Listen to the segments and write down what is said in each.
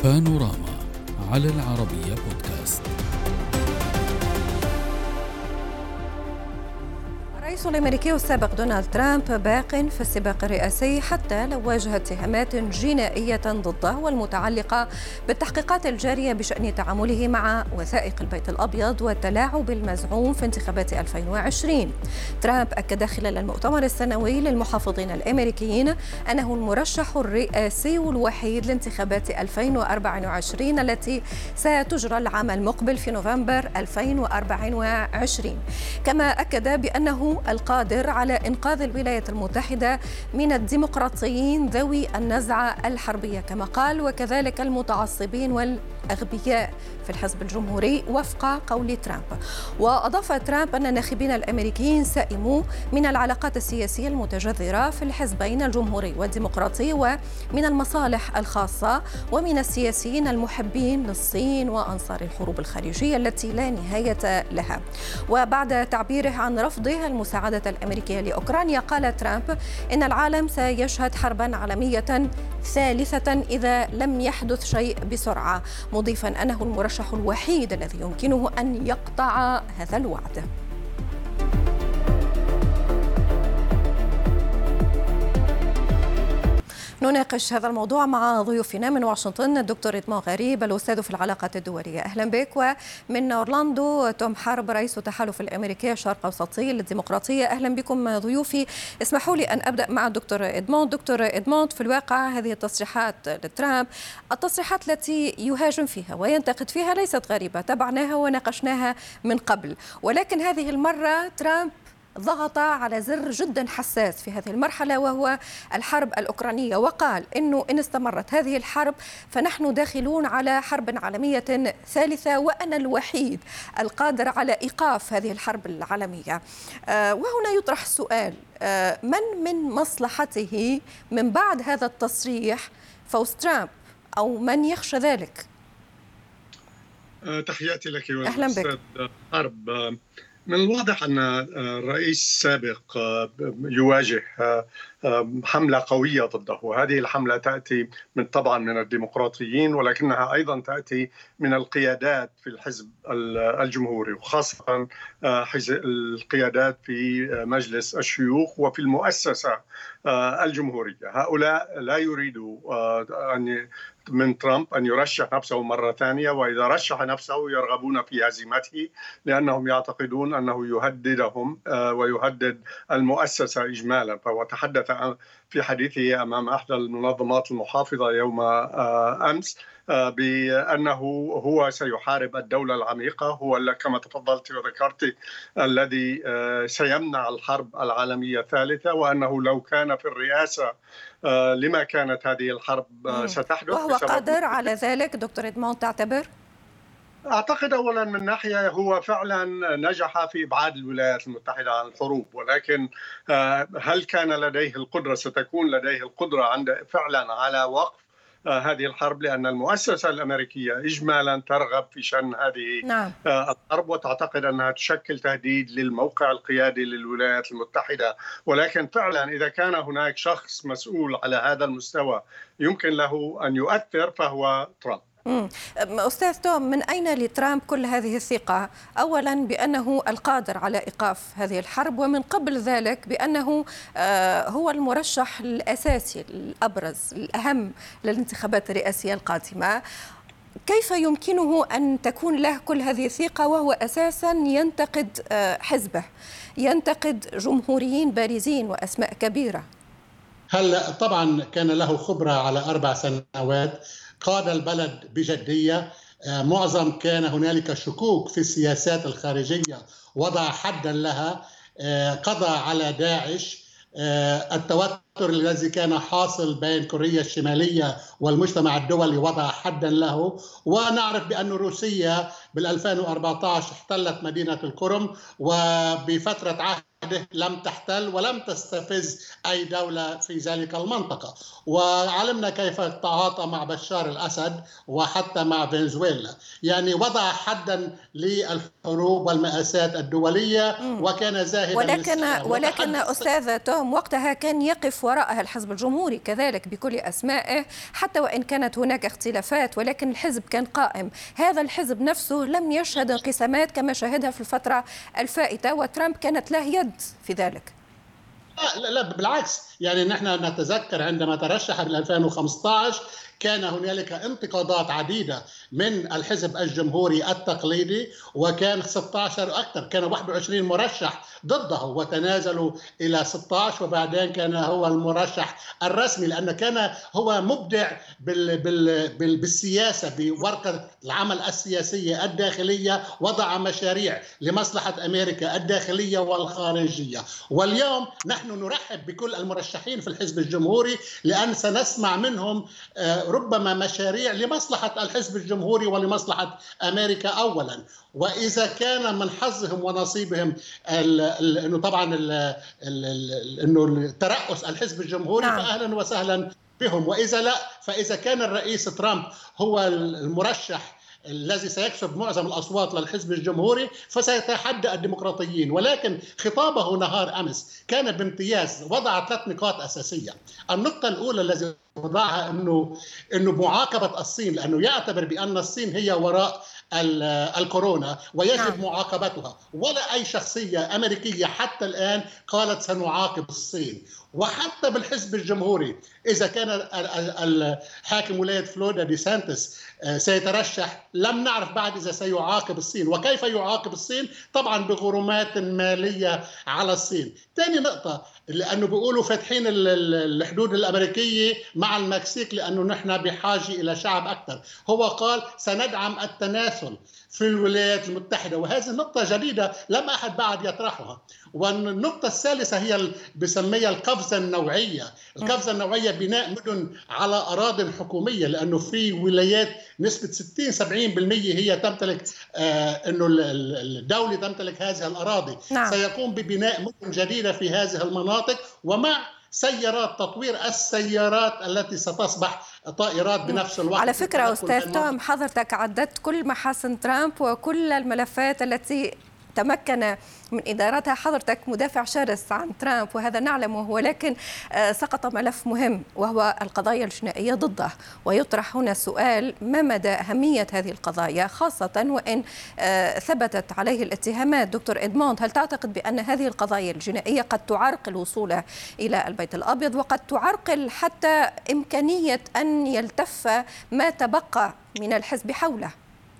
بانوراما على العربية بودكاست. الرئيس الأمريكي السابق دونالد ترامب باق في السباق الرئاسي حتى لو واجه اتهامات جنائية ضده والمتعلقة بالتحقيقات الجارية بشأن تعامله مع وثائق البيت الأبيض والتلاعب المزعوم في انتخابات 2020. ترامب أكد خلال المؤتمر السنوي للمحافظين الأمريكيين أنه المرشح الرئاسي الوحيد لانتخابات 2024 التي ستجرى العام المقبل في نوفمبر 2024. كما أكد بأنه القادر على إنقاذ الولايات المتحدة من الديمقراطيين ذوي النزعة الحربية كما قال، وكذلك المتعصبين والأغبياء في الحزب الجمهوري وفق قول ترامب. وأضاف ترامب أن الناخبين الأمريكيين سئموا من العلاقات السياسية المتجذرة في الحزبين الجمهوري والديمقراطي ومن المصالح الخاصة ومن السياسيين المحبين للصين وأنصار الحروب الخارجية التي لا نهاية لها. وبعد تعبيره عن رفضه المساعدة الأمريكية لأوكرانيا قال ترامب إن العالم سيشهد حربا عالمية ثالثة إذا لم يحدث شيء بسرعة، مضيفا أنه المرشح الوحيد الذي يمكنه أن يقطع هذا الوعد. نناقش هذا الموضوع مع ضيوفنا من واشنطن الدكتور إدمون غريب الأستاذ في العلاقات الدولية، أهلا بك. ومن أورلاندو توم حرب رئيس التحالف الأمريكي الشرق أوسطي للديمقراطية، أهلا بكم ضيوفي. اسمحوا لي أن أبدأ مع الدكتور إدمون. دكتور إدمون، في الواقع هذه التصريحات لترامب، التصريحات التي يهاجم فيها وينتقد فيها ليست غريبة، تابعناها وناقشناها من قبل، ولكن هذه المرة ترامب ضغط على زر جدا حساس في هذه المرحلة وهو الحرب الأوكرانية، وقال إنه إن استمرت هذه الحرب فنحن داخلون على حرب عالمية ثالثة وأنا الوحيد القادر على إيقاف هذه الحرب العالمية. وهنا يطرح السؤال، من مصلحته من بعد هذا التصريح فوز ترامب، أو من يخشى ذلك؟ تحياتي لك والأستاذ حرب. من الواضح أن الرئيس السابق يواجه حملة قوية ضده، وهذه الحملة تأتي طبعا من الديمقراطيين، ولكنها أيضا تأتي من القيادات في الحزب الجمهوري، وخاصة القيادات في مجلس الشيوخ وفي المؤسسة الجمهورية. هؤلاء لا يريدوا من ترامب أن يرشح نفسه مرة ثانية، وإذا رشح نفسه يرغبون في هزيمته لأنهم يعتقدون أنه يهددهم ويهدد المؤسسة إجمالا. فهو تحدث في حديثه أمام أحدى المنظمات المحافظة يوم أمس بأنه هو سيحارب الدولة العميقة، هو كما تفضلت وذكرت الذي سيمنع الحرب العالمية الثالثة، وأنه لو كان في الرئاسة لما كانت هذه الحرب ستحدث. وهو قادر على ذلك دكتور إدمون تعتبر؟ أعتقد أولا من ناحية هو فعلا نجح في إبعاد الولايات المتحدة عن الحروب، ولكن هل كان لديه القدرة، ستكون لديه القدرة فعلا على وقف هذه الحرب؟ لأن المؤسسة الأمريكية إجمالا ترغب في شن هذه الحرب، وتعتقد أنها تشكل تهديد للموقع القيادي للولايات المتحدة. ولكن فعلا إذا كان هناك شخص مسؤول على هذا المستوى يمكن له أن يؤثر فهو ترامب. أستاذ توم، من أين لترامب كل هذه الثقة؟ أولا بأنه القادر على إيقاف هذه الحرب، ومن قبل ذلك بأنه هو المرشح الأساسي الأبرز الأهم للانتخابات الرئاسية القادمة. كيف يمكنه أن تكون له كل هذه الثقة وهو أساسا ينتقد حزبه، ينتقد جمهوريين بارزين وأسماء كبيرة؟ هل طبعا كان له خبرة على 4 سنوات، قاد البلد بجدية، معظم كان هنالك شكوك في السياسات الخارجية وضع حدا لها، قضى على داعش، التوتر الذي كان حاصل بين كوريا الشمالية والمجتمع الدولي وضع حدا له. ونعرف بأن روسيا بال2014 احتلت مدينة القرم، وبفترة عهده لم تحتل ولم تستفز أي دولة في ذلك المنطقة، وعلمنا كيف تعاطى مع بشار الأسد وحتى مع فنزويلا. يعني وضع حدا للحروب والمآسات الدولية وكان زاهدا. ولكن أستاذ توم وقتها كان يقف وراءها الحزب الجمهوري كذلك بكل أسمائه، حتى وإن كانت هناك اختلافات، ولكن الحزب كان قائم. هذا الحزب نفسه لم يشهد انقسامات كما شهدها في الفترة الفائتة، وترامب كانت له يد في ذلك. لا بالعكس، يعني نحن نتذكر عندما ترشح ب 2015 كان هنالك انتقادات عديدة من الحزب الجمهوري التقليدي، وكان 16 أكثر، كان 21 مرشح ضده وتنازلوا إلى 16، وبعدين كان هو المرشح الرسمي لأنه كان هو مبدع بالسياسة، بورقة العمل السياسية الداخلية، وضع مشاريع لمصلحة أمريكا الداخلية والخارجية. واليوم نحن نرحب بكل المرشحين في الحزب الجمهوري، لأن سنسمع منهم ربما مشاريع لمصلحة الحزب الجمهوري ولمصلحة أمريكا أولا. وإذا كان من حظهم ونصيبهم أنه طبعا أنه ترأس الحزب الجمهوري فأهلا وسهلا بهم، وإذا لا، فإذا كان الرئيس ترامب هو المرشح الذي سيكسب معظم الأصوات للحزب الجمهوري فسيتحدى الديمقراطيين. ولكن خطابه نهار أمس كان بامتياز، وضع 3 نقاط أساسية. النقطة الأولى التي وضعها أنه معاقبة الصين، لأنه يعتبر بأن الصين هي وراء الكورونا ويجب معاقبتها، ولا أي شخصية أمريكية حتى الآن قالت سنعاقب الصين. وحتى بالحزب الجمهوري إذا كان الحاكم ولاية فلوريدا دي سانتس سيترشح، لم نعرف بعد إذا سيعاقب الصين وكيف يعاقب الصين، طبعا بغرامات مالية على الصين. ثاني نقطة، لأنه بيقولوا فاتحين الحدود الأمريكية مع المكسيك لأنه نحن بحاجة إلى شعب أكثر. هو قال سندعم التناسل في الولايات المتحدة، وهذه نقطة جديدة لم أحد بعد يطرحها. والنقطة الثالثة هي بسميها القفزة النوعية. القفزة النوعية بناء مدن على أراضٍ حكومية، لأنه في ولايات نسبة 60-70% هي تمتلك أنه الدولة تمتلك هذه الأراضي. سيقوم ببناء مدن جديدة في هذه المناطق، ومع سيارات، تطوير السيارات التي ستصبح طائرات بنفس الوقت. على فكرة أستاذ توم، حضرتك عددت كل محاسن ترامب وكل الملفات التي تمكن من إدارتها. حضرتك مدافع شرس عن ترامب وهذا نعلمه، ولكن سقط ملف مهم وهو القضايا الجنائية ضده. ويطرح هنا سؤال: ما مدى أهمية هذه القضايا، خاصة وإن ثبتت عليه الاتهامات؟ دكتور إدموند، هل تعتقد بأن هذه القضايا الجنائية قد تعرقل وصوله إلى البيت الأبيض، وقد تعرقل حتى إمكانية أن يلتف ما تبقى من الحزب حوله؟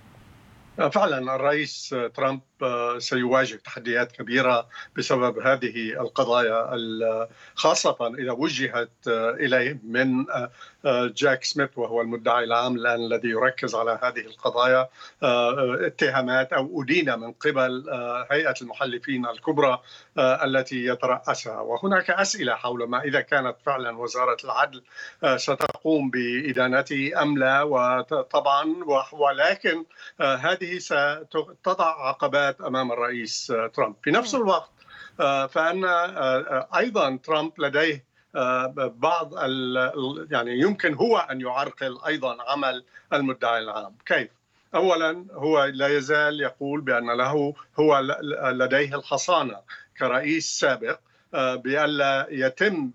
فعلا الرئيس ترامب سيواجه تحديات كبيرة بسبب هذه القضايا، خاصة إذا وجهت إليه من جاك سميث وهو المدعي العام الآن الذي يركز على هذه القضايا اتهامات أو أدين من قبل هيئة المحلفين الكبرى التي يترأسها. وهناك أسئلة حول ما إذا كانت فعلا وزارة العدل ستقوم بإدانته أم لا، وطبعا ولكن هذه ستضع عقبات أمام الرئيس ترامب. في نفس الوقت فإن أيضا ترامب لديه بعض يعني يمكن هو أن يعرقل أيضا عمل المدعي العام. كيف؟ أولا هو لا يزال يقول بأن له هو لديه الحصانة كرئيس سابق بألا يتم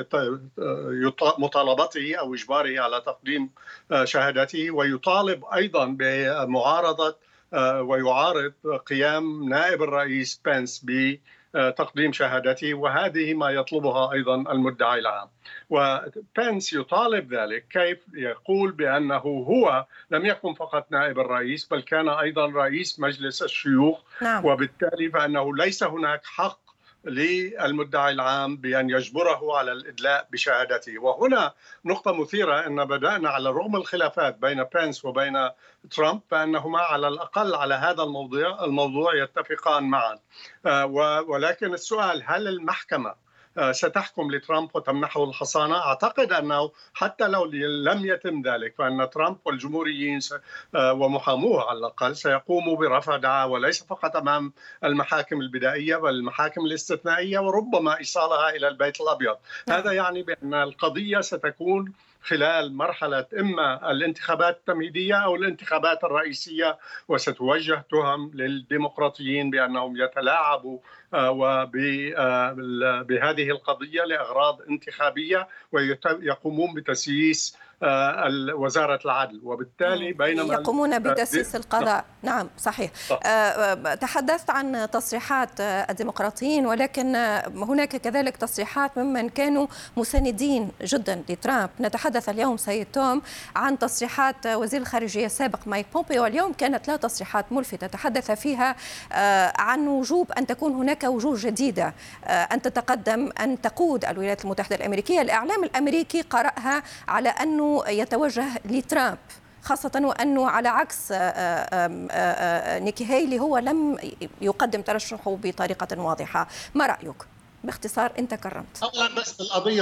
بمطالبته أو إجباره على تقديم شهادته، ويطالب أيضا بمعارضة ويعارض قيام نائب الرئيس بنس بتقديم شهادته، وهذه ما يطلبها أيضا المدعي العام. وبنس يطالب ذلك. كيف؟ يقول بأنه هو لم يكن فقط نائب الرئيس بل كان أيضا رئيس مجلس الشيوخ. وبالتالي فإنه ليس هناك حق للمدعي العام بأن يجبره على الإدلاء بشهادته. وهنا نقطة مثيرة، أن بدأنا على رغم الخلافات بين بنس وبين ترامب فإنهما على الأقل على هذا الموضوع يتفقان معا. ولكن السؤال: هل المحكمة ستحكم لترامب وتمنحه الحصانة؟ أعتقد أنه حتى لو لم يتم ذلك فإن ترامب والجمهوريين ومحاموه على الأقل سيقوموا برفع دعوى، وليس فقط أمام المحاكم البدائية بل المحاكم الاستثنائية، وربما إيصالها إلى البيت الأبيض. هذا يعني بأن القضية ستكون خلال مرحلة إما الانتخابات التمهيدية أو الانتخابات الرئيسية، وستوجه تهم للديمقراطيين بأنهم يتلاعبوا بهذه هذه القضية لأغراض انتخابية ويقومون بتسييس وزارة العدل، وبالتالي بينما يقومون بتأسيس القضاء. نعم صحيح. تحدثت عن تصريحات الديمقراطيين، ولكن هناك كذلك تصريحات ممن كانوا مساندين جدا لترامب. نتحدث اليوم سيد توم عن تصريحات وزير الخارجية السابق مايك بومبيو. اليوم كانت لا تصريحات ملفتة تحدث فيها عن وجوب أن تكون هناك وجوه جديدة، أن تتقدم، أن تقود الولايات المتحدة الأمريكية. الإعلام الأمريكي قرأها على أنه يتوجه لترامب، خاصة وأنه على عكس نيكي هيلي هو لم يقدم ترشحه بطريقة واضحة. ما رأيك؟ باختصار أنت كرمت. أولا بس بالقضية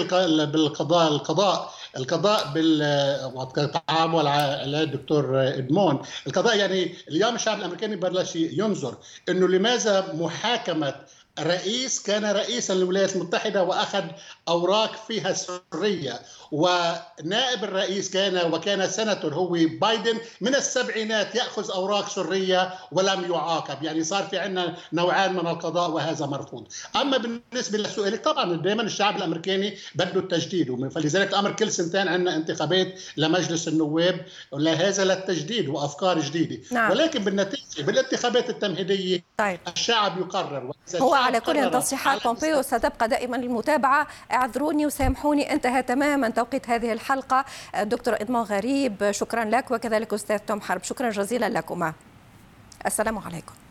القضاء بالتعامل على الدكتور إدمون. القضاء يعني اليوم الشعب الأمريكي بلش ينظر إنه لماذا محاكمة رئيس كان رئيسا للولايات المتحدة وأخذ أوراق فيها سرية، ونائب الرئيس وكان سناتور هو بايدن من السبعينات يأخذ أوراق سرية ولم يعاقب. يعني صار في عندنا نوعان من القضاء وهذا مرفوض. أما بالنسبة لسؤالك، طبعا دائما الشعب الأمريكي بده التجديد، فلذلك الأمر كل سنتين عندنا انتخابات لمجلس النواب لهذا للتجديد وأفكار جديدة. نعم. ولكن بالنتيجة بالانتخابات التمهيدية طيب. الشعب يقرر. هو على كل تصريحات بومبيو ستبقى دائما للمتابعة. اعذروني وسامحوني، انتهى تماما توقيت هذه الحلقة. دكتور إدمون غريب شكرا لك، وكذلك أستاذ توم حرب شكرا جزيلا لكما. السلام عليكم.